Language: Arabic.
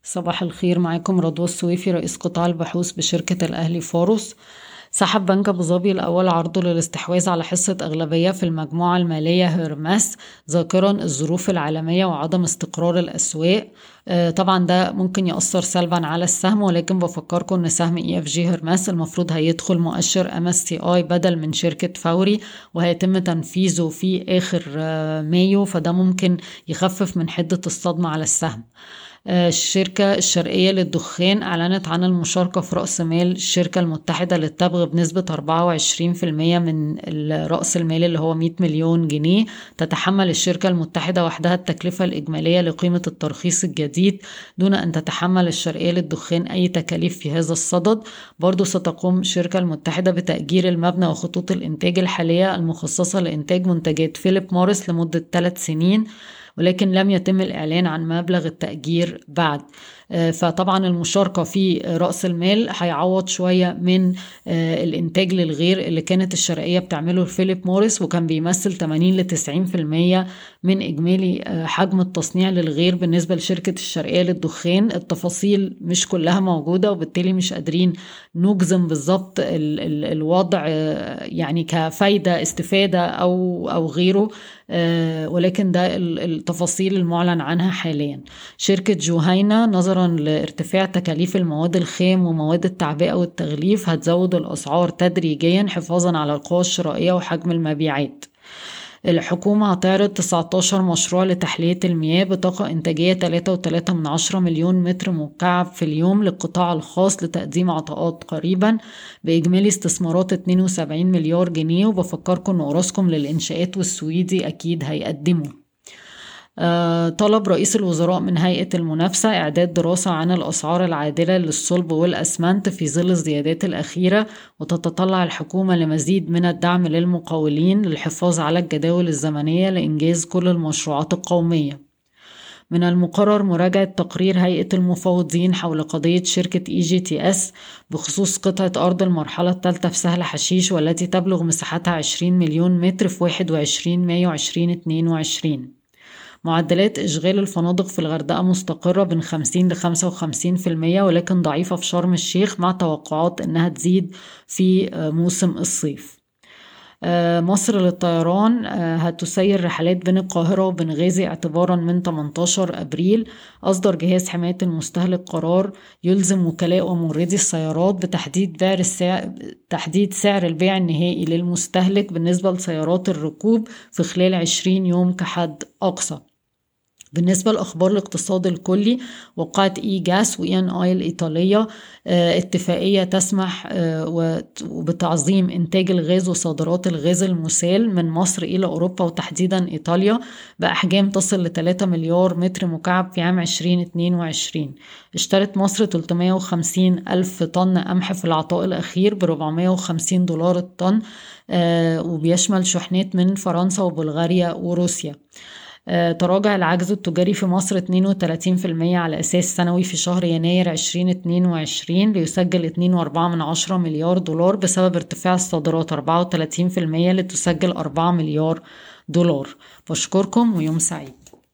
صباح الخير، معاكم رضوى السويفي رئيس قطاع البحوث بشركة الأهلي فورس. سحب بنك أبو ظبي الأول عرضه للاستحواذ على حصة أغلبية في المجموعة المالية هيرمس، ذاكرا الظروف العالمية وعدم استقرار الأسواق. طبعا ده ممكن يأثر سلبا على السهم، ولكن بفكركم ان سهم EFG هيرمس المفروض هيدخل مؤشر MSCI بدل من شركة فوري، وهيتم تنفيذه في آخر مايو، فده ممكن يخفف من حدة الصدمة على السهم. الشركة الشرقية للدخان أعلنت عن المشاركة في رأس مال الشركة المتحدة للتبغ بنسبة 24% من رأس المال اللي هو 100 مليون جنيه. تتحمل الشركة المتحدة وحدها التكلفة الإجمالية لقيمة الترخيص الجديد دون أن تتحمل الشرقية للدخان أي تكاليف في هذا الصدد. برضو ستقوم الشركة المتحدة بتأجير المبنى وخطوط الإنتاج الحالية المخصصة لإنتاج منتجات فيليب موريس لمدة 3 سنين، ولكن لم يتم الإعلان عن مبلغ التأجير بعد. فطبعا المشاركة في رأس المال هيعوض شوية من الإنتاج للغير اللي كانت الشرقية بتعمله فيليب موريس، وكان بيمثل 80-90% من إجمالي حجم التصنيع للغير بالنسبة لشركة الشرقية للدخان. التفاصيل مش كلها موجودة، وبالتالي مش قادرين نجزم بالظبط الوضع يعني كفايدة استفادة أو غيره، ولكن ده التفاصيل المعلن عنها حاليا. شركة جوهينة نظرا لارتفاع تكاليف المواد الخام ومواد التعبئة والتغليف هتزود الأسعار تدريجيا حفاظا على القوى الشرائية وحجم المبيعات. الحكومة هتعرض 19 مشروع لتحلية المياه بطاقة إنتاجية 3.3 مليون متر مكعب في اليوم للقطاع الخاص لتقديم عطاءات قريبا بإجمالي استثمارات 72 مليار جنيه. وبفكركم أن أوراسكوم للإنشاءات والسويدي أكيد هيقدموا. طلب رئيس الوزراء من هيئة المنافسة إعداد دراسة عن الأسعار العادلة للصلب والأسمنت في ظل الزيادات الأخيرة، وتتطلع الحكومة لمزيد من الدعم للمقاولين للحفاظ على الجداول الزمنية لإنجاز كل المشروعات القومية. من المقرر مراجعة تقرير هيئة المفاوضين حول قضية شركة EGTS بخصوص قطعة أرض المرحلة الثالثة في سهل حشيش، والتي تبلغ مساحتها 20 مليون متر في 21 مايو 2022. معدلات إشغال الفنادق في الغردقة مستقرة بين 50-55%، ولكن ضعيفة في شرم الشيخ مع توقعات أنها تزيد في موسم الصيف. مصر للطيران هتسير رحلات بين القاهرة وبنغازي اعتبارا من 18 أبريل. أصدر جهاز حماية المستهلك قرار يلزم وكلاء وموردي السيارات تحديد سعر البيع النهائي للمستهلك بالنسبة لسيارات الركوب في خلال 20 يوم كحد أقصى. بالنسبة لأخبار الاقتصاد الكلي، وقعت جاس وENI الإيطالية اتفاقية تسمح بتعظيم إنتاج الغاز وصادرات الغاز المسال من مصر إلى أوروبا وتحديدا إيطاليا بأحجام تصل ل3 مليار متر مكعب في عام 2022. اشترت مصر 350 ألف طن قمح في العطاء الأخير $450 الطن، وبيشمل شحنات من فرنسا وبلغاريا وروسيا. تراجع العجز التجاري في مصر 32% على أساس سنوي في شهر يناير 2022 ليسجل 2.4 مليار دولار بسبب ارتفاع الصادرات 34% لتسجل 4 مليار دولار. بشكركم ويوم سعيد.